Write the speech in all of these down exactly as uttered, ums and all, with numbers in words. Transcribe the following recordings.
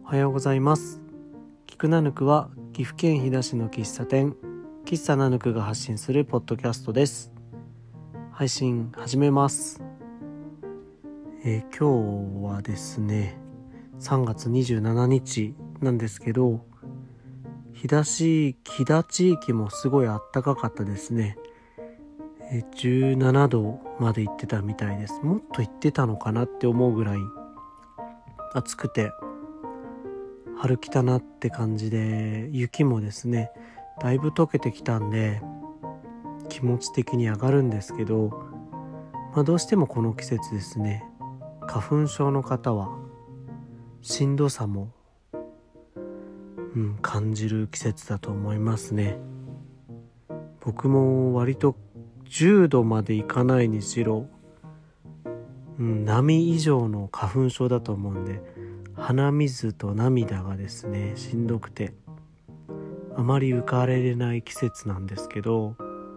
おはようございます。キクナヌクは岐阜県飛騨市の喫茶店喫茶ナヌクが発信するポッドキャストです。配信始めます。えー、今日はですねさんがつにじゅうしちにちなんですけど、飛騨市飛騨地域もすごい暖かかったですね。えー、じゅうななどまで行ってたみたいです。もっと行ってたのかなって思うぐらい暑くて春来たなって感じで、雪もですねだいぶ溶けてきたんで気持ち的に上がるんですけど、まあ、どうしてもこの季節ですね花粉症の方はしんどさも、うん、感じる季節だと思いますね。僕も割とじゅうどまでいかないにしろ、うん、波以上の花粉症だと思うんで、鼻水と涙がですねしんどくてあまり浮かれれない季節なんですけど、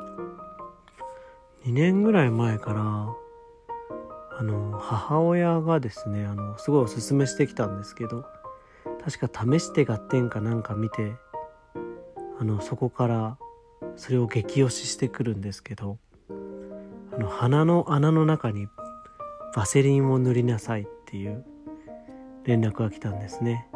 にねんぐらい前からあの母親がですねあのすごいおすすめしてきたんですけど、確か試して合点かなんか見て、あのそこからそれを激推ししてくるんですけど、あの鼻の穴の中にバセリンを塗りなさいっていう連絡が来たんですね。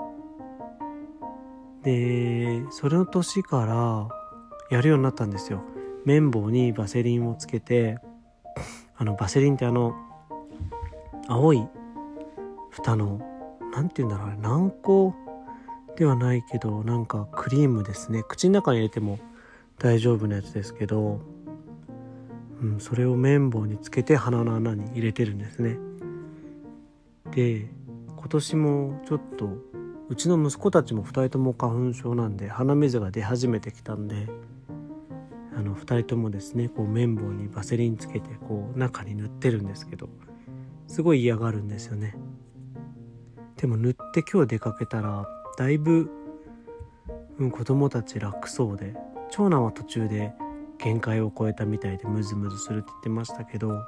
でそれの年からやるようになったんですよ。綿棒にバセリンをつけて、あのバセリンってあの青い蓋のなんていうんだろう、あれ軟膏ではないけどなんかクリームですね。口の中に入れても大丈夫なやつですけど、うん、それを綿棒につけて鼻の穴に入れてるんですね。で今年もちょっとうちの息子たちもふたりとも花粉症なんで鼻水が出始めてきたんで、あのふたりともですねこう綿棒にバセリンつけてこう中に塗ってるんですけど、すごい嫌がるんですよね。でも塗って今日出かけたらだいぶ、うん、子供たち楽そうで、長男は途中で限界を超えたみたいでムズムズするって言ってましたけど、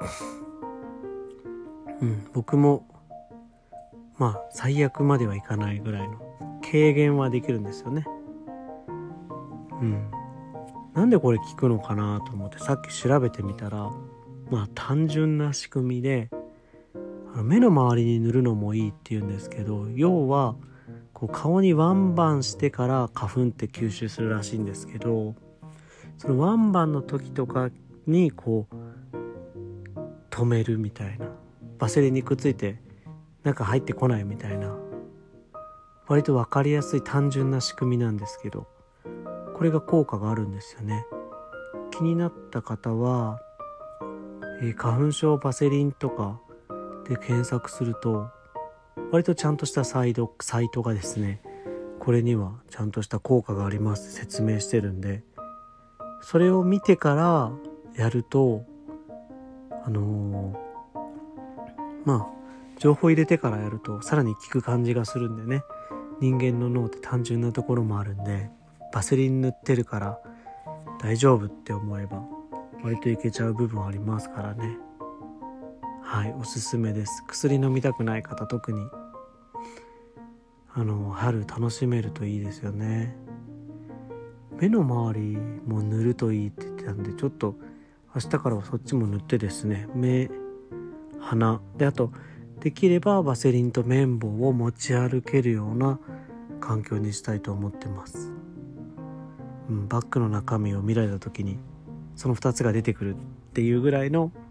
うん、僕もまあ最悪まではいかないぐらいの軽減はできるんですよね。うん。なんでこれ効くのかなと思ってさっき調べてみたら、まあ単純な仕組みで、あの目の周りに塗るのもいいっていうんですけど、要はこう顔にワンバンしてから花粉って吸収するらしいんですけど、そのワンバンの時とかにこう止めるみたいな、バセリンにくっついて中入ってこないみたいな、割と分かりやすい単純な仕組みなんですけど、これが効果があるんですよね。気になった方は、えー、花粉症バセリンとかで検索すると割とちゃんとしたサイト、サイトがですねこれにはちゃんとした効果がありますって説明してるんで、それを見てからやるとあのー、まあ情報入れてからやるとさらに効く感じがするんでね。人間の脳って単純なところもあるんで、バセリン塗ってるから大丈夫って思えば割といけちゃう部分ありますからね。はい、おすすめです。薬飲みたくない方特にあの春楽しめるといいですよね。目の周りも塗るといいって言ってたんで、ちょっと明日からはそっちも塗ってですね、目鼻で、あとできればバセリンと綿棒を持ち歩けるような環境にしたいと思ってます。うん、バッグの中身を見られた時にそのふたつが出てくるっていうぐらいの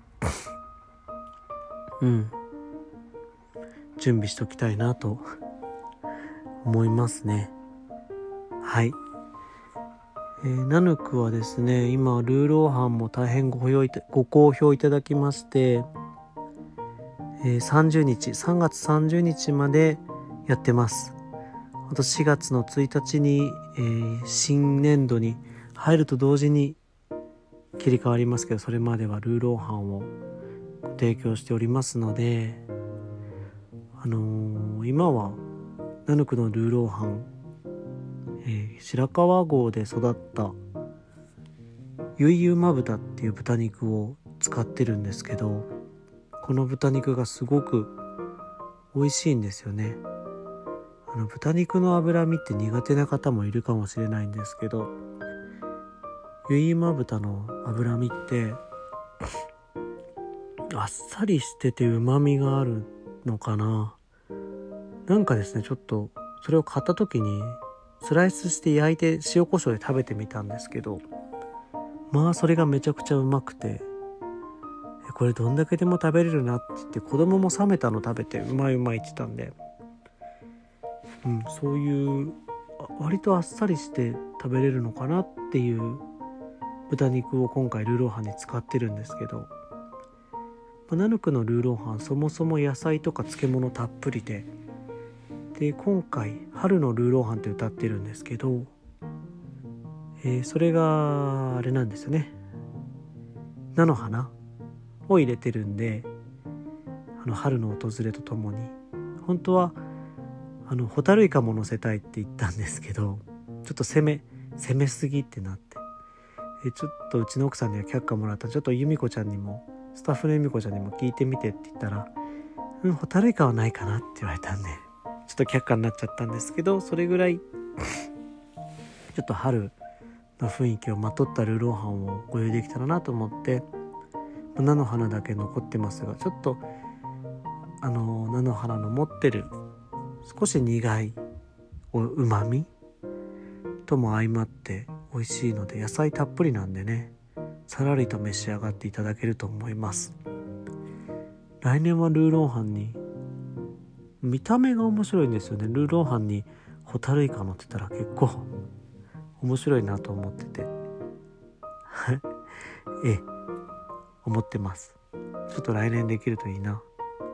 うん準備しときたいなと思いますね。はい、えー、ナヌクはですね今ルーローハンも大変ご評いたご好評いただきまして、えー、さんじゅうにちさんがつさんじゅうにちまでやってます。あとしがつのついたちに、えー、新年度に入ると同時に切り替わりますけど、それまではルーローハンをご提供しておりますので、あのー、今はナヌクのルーローハン、えー、白川郷で育ったゆいゆうま豚っていう豚肉を使ってるんですけど、この豚肉がすごく美味しいんですよね。 あの豚肉の脂身って苦手な方もいるかもしれないんですけど、ゆいま豚の脂身ってあっさりしてて旨味があるのかな。なんかですね、ちょっとそれを買った時にスライスして焼いて塩コショウで食べてみたんですけど、まあそれがめちゃくちゃうまくて、これどんだけでも食べれるなって言って、子供も冷めたの食べてうまいうまいって言ったんで、うん、そういう割とあっさりして食べれるのかなっていう豚肉を今回ルーローハンに使ってるんですけど、まあ、ナヌクのルーローハンそもそも野菜とか漬物たっぷりで、で今回春のルーローハンって歌ってるんですけど、えー、それがあれなんですよね、菜の花を入れてるんで、あの春の訪れとともに本当はあのホタルイカも乗せたいって言ったんですけど、ちょっと攻め攻めすぎってなって、えちょっとうちの奥さんには却下もらった。ちょっと由美子ちゃんにもスタッフの由美子ちゃんにも聞いてみてって言ったら、うんホタルイカはないかなって言われたんで、ちょっと却下になっちゃったんですけど、それぐらいちょっと春の雰囲気をまとったルーローハンをご用意できたらなと思って、菜の花だけ残ってますが、ちょっとあの菜の花の持ってる少し苦いうまみとも相まって美味しいので、野菜たっぷりなんでね、さらりと召し上がっていただけると思います。来年はルーローハンに、見た目が面白いんですよね。ルーローハンにホタルイカ乗ってたら結構面白いなと思っててええ思ってます。ちょっと来年できるといいな。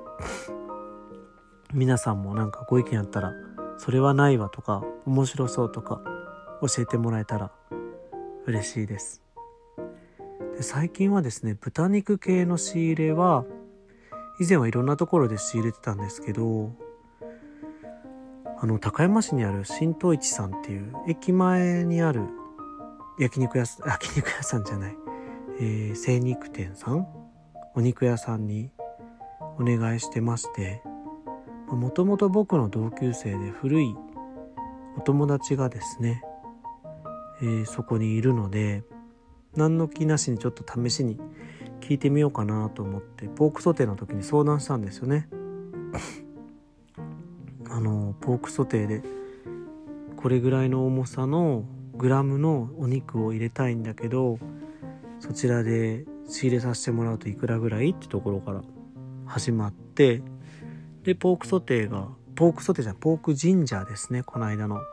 皆さんもなんかご意見あったら、それはないわとか面白そうとか教えてもらえたら嬉しいです。で最近はですね、豚肉系の仕入れは以前はいろんなところで仕入れてたんですけど、あの高山市にある新東一さんっていう駅前にある焼肉屋焼肉屋さんじゃない、えー、精肉店さん、お肉屋さんにお願いしてまして、もともと僕の同級生で古いお友達がですね、えー、そこにいるので、何の気なしにちょっと試しに聞いてみようかなと思ってポークソテーの時に相談したんですよね。あのポークソテーでこれぐらいの重さのグラムのお肉を入れたいんだけど、そちらで仕入れさせてもらうといくらぐらいってところから始まって、でポークソテーがポークソテーじゃないポークジンジャーですね、この間の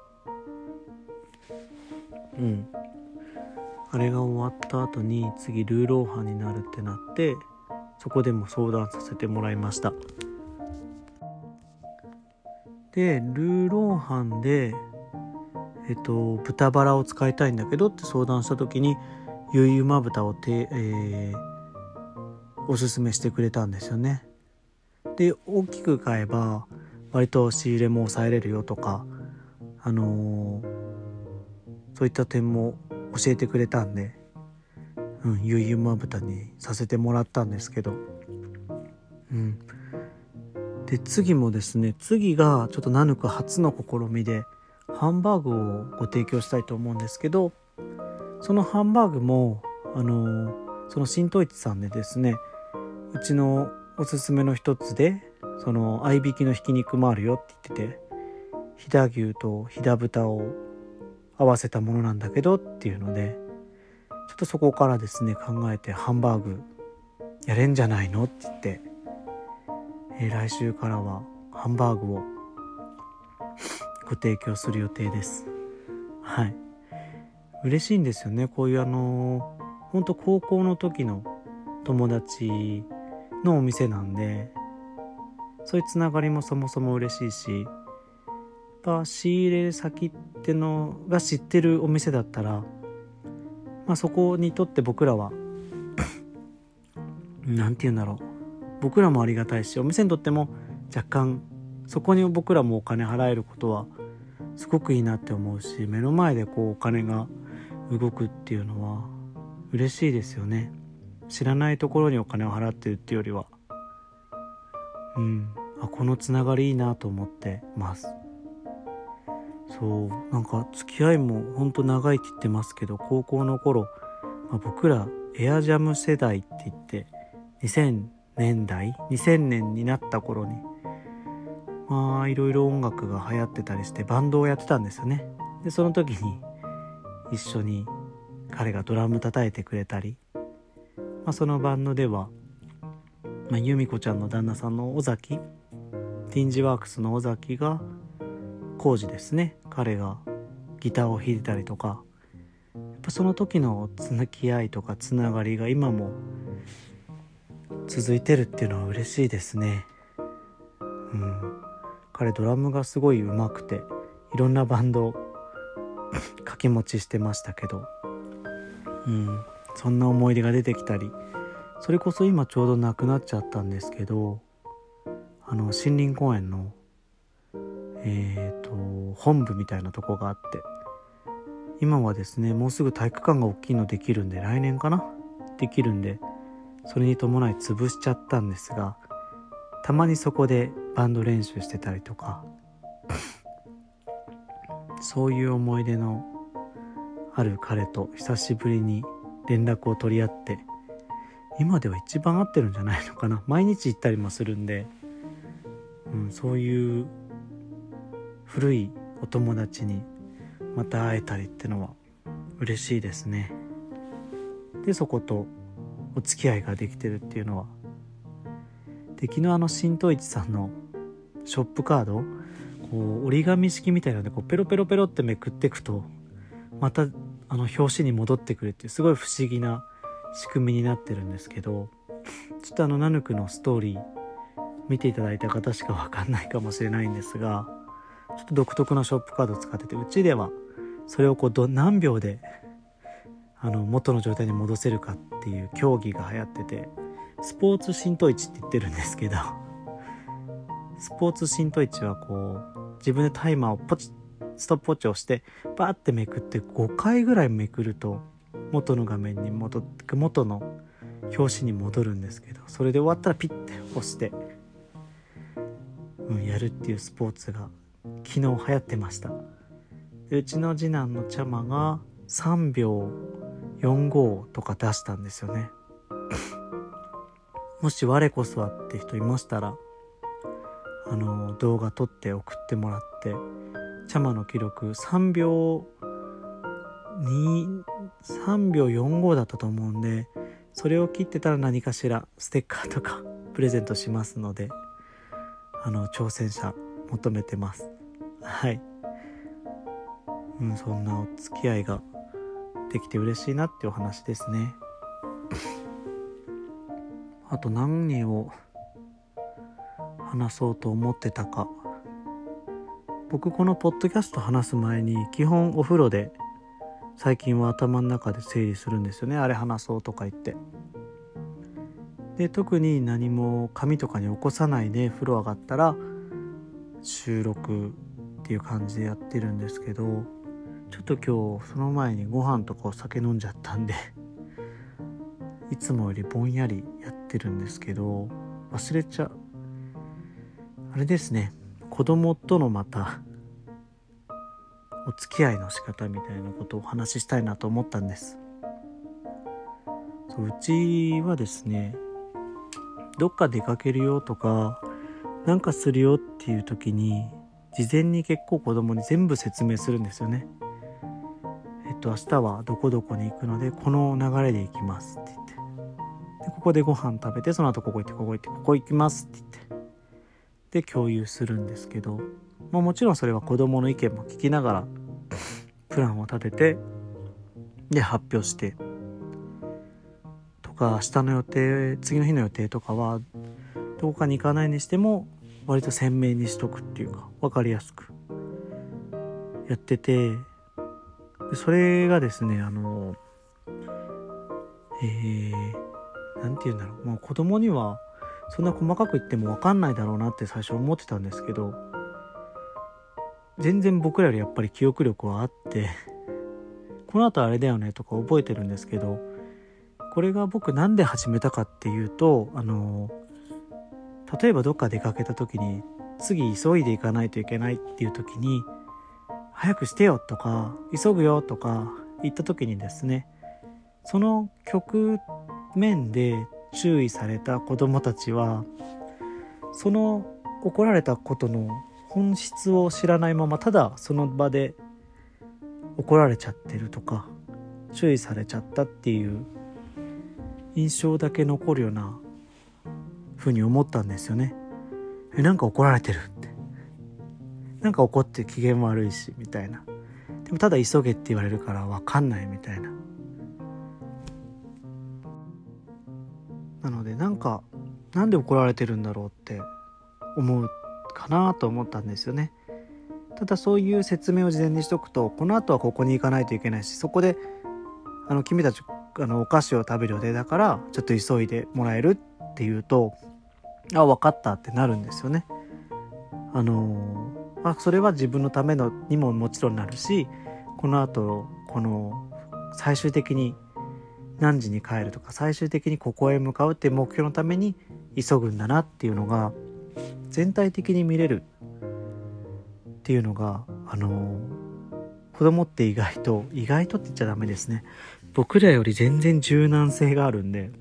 うんあれが終わった後に次ルーローハンになるってなって、そこでも相談させてもらいました。でルーローハンでえっと豚バラを使いたいんだけどって相談した時に、ゆいゆま豚をて、えー、おすすめしてくれたんですよね。で大きく買えば割と仕入れも抑えれるよとか、あのー、そういった点も教えてくれたんで、うん、ゆいゆま豚にさせてもらったんですけど、うん、で次もですね、次がちょっとナヌク初の試みでハンバーグをご提供したいと思うんですけど、そのハンバーグもあのー、その新統一さんでですね、うちのおすすめの一つでその合いびきのひき肉もあるよって言ってて、飛騨牛と飛騨豚を合わせたものなんだけどっていうので、ちょっとそこからですね考えてハンバーグやれんじゃないのって言って、えー、来週からはハンバーグをご提供する予定です。はい、嬉しいんですよね、こういうあのー、本当高校の時の友達のお店なんで、そういうつながりもそもそも嬉しいし、やっぱ仕入れ先ってのが知ってるお店だったら、まあ、そこにとって僕らはなんて言うんだろう、僕らもありがたいし、お店にとっても若干そこに僕らもお金払えることはすごくいいなって思うし、目の前でこうお金が動くっていうのは嬉しいですよね。知らないところにお金を払ってるっていうよりは、うん、あこのつながりいいなと思ってます。 そうなんか付き合いもほんと長いって言ってますけど、高校の頃、まあ、僕らエアジャム世代って言ってにせんねんだいにせんねんになった頃にまあいろいろ音楽が流行ってたりしてバンドをやってたんですよね。でその時に一緒に彼がドラム叩いてくれたり、まあ、そのバンドでは、まあ、由美子ちゃんの旦那さんの尾崎ティンジワークスの尾崎が浩二ですね、彼がギターを弾いてたりとか、やっぱその時の付き合いとかつながりが今も続いてるっていうのは嬉しいですね。うん、彼ドラムがすごい上手くていろんなバンド掛け持ちしてましたけど、うん、そんな思い出が出てきたり、それこそ今ちょうどなくなっちゃったんですけど、あの森林公園のえーと本部みたいなとこがあって、今はですねもうすぐ体育館が大きいのできるんで、来年かなできるんで、それに伴い潰しちゃったんですが、たまにそこでバンド練習してたりとかそういう思い出のある彼と久しぶりに連絡を取り合って、今では一番合ってるんじゃないのかな。毎日行ったりもするんで、うん、そういう古いお友達にまた会えたりってのは嬉しいですね。でそことお付き合いができてるっていうのは、で昨日あの新統一さんのショップカード、こう折り紙式みたいなのでこうペロペロペロってめくっていくとまたあの表紙に戻ってくるっていうすごい不思議な仕組みになってるんですけど、ちょっとあのナヌクのストーリー見ていただいた方しか分かんないかもしれないんですが、ちょっと独特なショップカードを使ってて、うちではそれをこうど何秒であの元の状態に戻せるかっていう競技が流行ってて、スポーツ新統一って言ってるんですけど、スポーツ新統一はこう自分でタイマーをポチストップウォッチを押してバーってめくってごかいぐらいめくると元の画面に戻って元の表紙に戻るんですけど、それで終わったらピッて押して、うん、やるっていうスポーツが昨日流行ってました。でうちの次男のチャマがさんびょうよんじゅうごとか出したんですよね。もし我こそはって人いましたらあの動画撮って送ってもらって、チャマの記録さんびょうにさんびょうよんじゅうごだったと思うんで、それを切ってたら何かしらステッカーとかプレゼントしますので、あの挑戦者求めてます。はい、うん、そんなお付き合いができて嬉しいなっていうお話ですね。あと何を話そうと思ってたか、僕このポッドキャスト話す前に基本お風呂で最近は頭の中で整理するんですよね。あれ話そうとか言って、で特に何も紙とかに起こさないで風呂上がったら収録っていう感じでやってるんですけど、ちょっと今日その前にご飯とかお酒飲んじゃったんでいつもよりぼんやりやってるんですけど、忘れちゃう。あれですね、子供とのまたお付き合いの仕方みたいなことをお話ししたいなと思ったんです。そう、うちはですね、どっか出かけるよとかなんかするよっていう時に事前に結構子供に全部説明するんですよね。えっと明日はどこどこに行くのでこの流れで行きますって言って、でここでご飯食べてその後ここ行ってここ行ってここ行きますって言ってで共有するんですけど、まあ、もちろんそれは子供の意見も聞きながらプランを立ててで発表してとか、明日の予定次の日の予定とかはどこかに行かないにしても割と鮮明にしとくっていうか分かりやすくやってて、でそれがですねあのえー、なんて言うんだろう、もう子供にはそんな細かく言っても分かんないだろうなって最初思ってたんですけど、全然僕らよりやっぱり記憶力はあってこの後あれだよねとか覚えてるんですけど、これが僕なんで始めたかっていうと、あの例えばどっか出かけた時に次急いで行かないといけないっていう時に早くしてよとか急ぐよとか言った時にですね、その局面で注意された子どもたちはその怒られたことの本質を知らないまま、ただその場で怒られちゃってるとか注意されちゃったっていう印象だけ残るようなふうに思ったんですよね。えなんか怒られてるって、なんか怒って機嫌悪いしみたいな、でもただ急げって言われるから分かんないみたいな。なのでなんかなんで怒られてるんだろうって思うかなと思ったんですよね。ただそういう説明を事前にしとくと、この後はここに行かないといけないし、そこであの君たちあのお菓子を食べる予定だからちょっと急いでもらえるっていうと、あ分かったってなるんですよね。あのー、あそれは自分のためのにももちろんなるし、この後この最終的に何時に帰るとか最終的にここへ向かうっていう目標のために急ぐんだなっていうのが全体的に見れるっていうのが、あのー、子供って意外と意外とって言っちゃダメですね。僕らより全然柔軟性があるんで、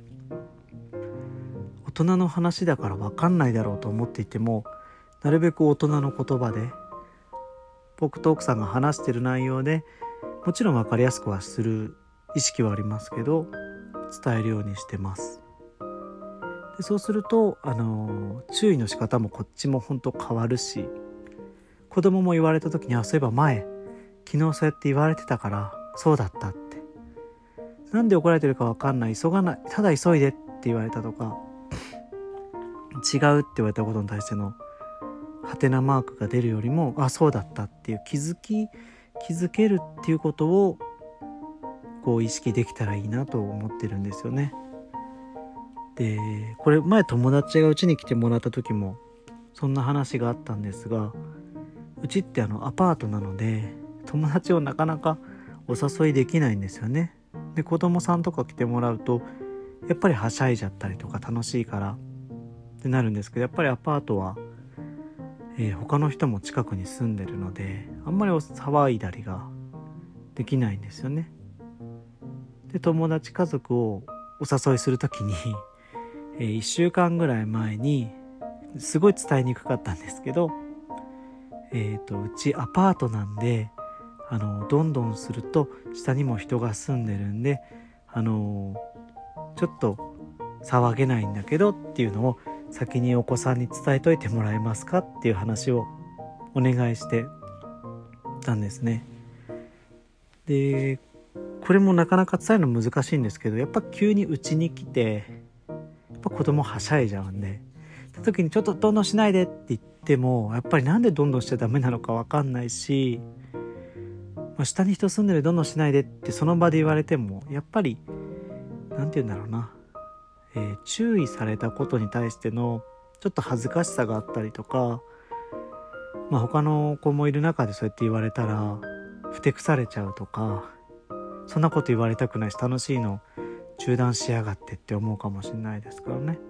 大人の話だから分かんないだろうと思っていても、なるべく大人の言葉で僕と奥さんが話してる内容でもちろん分かりやすくはする意識はありますけど、伝えるようにしてます。でそうすると、あのー、注意の仕方もこっちも本当変わるし、子供も言われた時に、あそういえば前昨日そうやって言われてたからそうだったって、なんで怒られてるか分かんない、急がない、ただ急いでって言われたとか、違うって言われたことに対してのハテナマークが出るよりも、あそうだったっていう気づき気づけるっていうことをこう意識できたらいいなと思ってるんですよね。でこれ前友達がうちに来てもらった時もそんな話があったんですが、うちってあのアパートなので友達をなかなかお誘いできないんですよね。で子供さんとか来てもらうとやっぱりはしゃいじゃったりとか楽しいからってなるんですけど、やっぱりアパートは、えー、他の人も近くに住んでるのであんまり騒いだりができないんですよね。で友達家族をお誘いするときに、えー、いっしゅうかんぐらい前にすごい伝えにくかったんですけど、えーと、うちアパートなんであのどんどんすると下にも人が住んでるんで、あのちょっと騒げないんだけどっていうのを先にお子さんに伝えといてもらえますかっていう話をお願いしてたんですね。でこれもなかなか伝えるの難しいんですけど、やっぱ急にうちに来てやっぱ子供はしゃいじゃうんで、た時にちょっとどんどんしないでって言ってもやっぱりなんでどんどんしちゃダメなのか分かんないし、まあ、下に人住んでるどんどんしないでってその場で言われてもやっぱりなんて言うんだろうな、えー、注意されたことに対してのちょっと恥ずかしさがあったりとか、まあ、他の子もいる中でそうやって言われたらふてくされちゃうとか、そんなこと言われたくないし楽しいの中断しやがってって思うかもしれないですからね。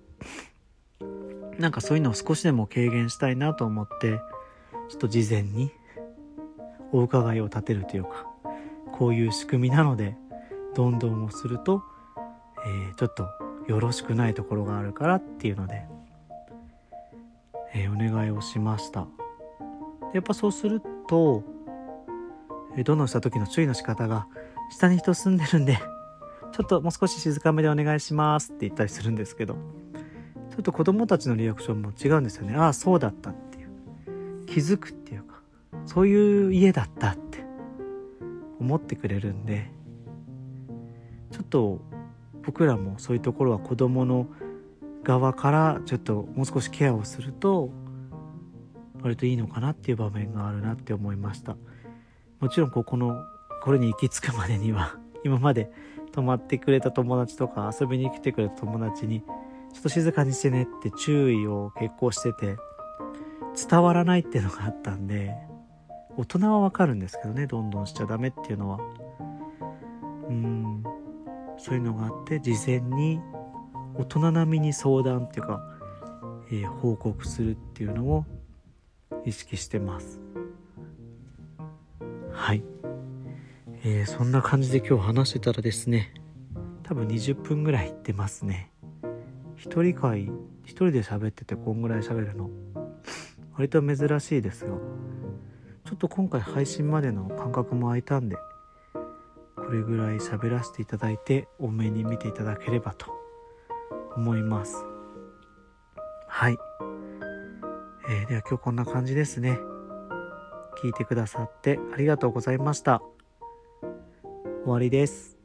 なんかそういうのを少しでも軽減したいなと思ってちょっと事前にお伺いを立てるというか、こういう仕組みなのでどんどんをすると、えー、ちょっとよろしくないところがあるからっていうので、えー、お願いをしました。やっぱそうすると、えー、どんどんした時の注意の仕方が、下に人住んでるんでちょっともう少し静かめでお願いしますって言ったりするんですけど、ちょっと子供たちのリアクションも違うんですよね。ああそうだったっていう、気づくっていうか、そういう家だったって思ってくれるんで、ちょっと僕らもそういうところは子供の側からちょっともう少しケアをすると割といいのかなっていう場面があるなって思いました。もちろんここのこれに行き着くまでには今まで泊まってくれた友達とか遊びに来てくれた友達にちょっと静かにしてねって注意を結構してて伝わらないっていうのがあったんで、大人はわかるんですけどね、どんどんしちゃダメっていうのはうーんそういうのがあって、事前に大人並みに相談っていうか、えー、報告するっていうのを意識してます。 はい、えー、そんな感じで今日話してたらですね、多分にじゅっぷんぐらいいってますね。一人会一人で喋っててこんぐらい喋るの割と珍しいですが、ちょっと今回配信までの間隔も空いたんで、これぐらい喋らせていただいて多めに見ていただければと思います。はい、えー、では今日こんな感じですね。聞いてくださってありがとうございました。終わりです。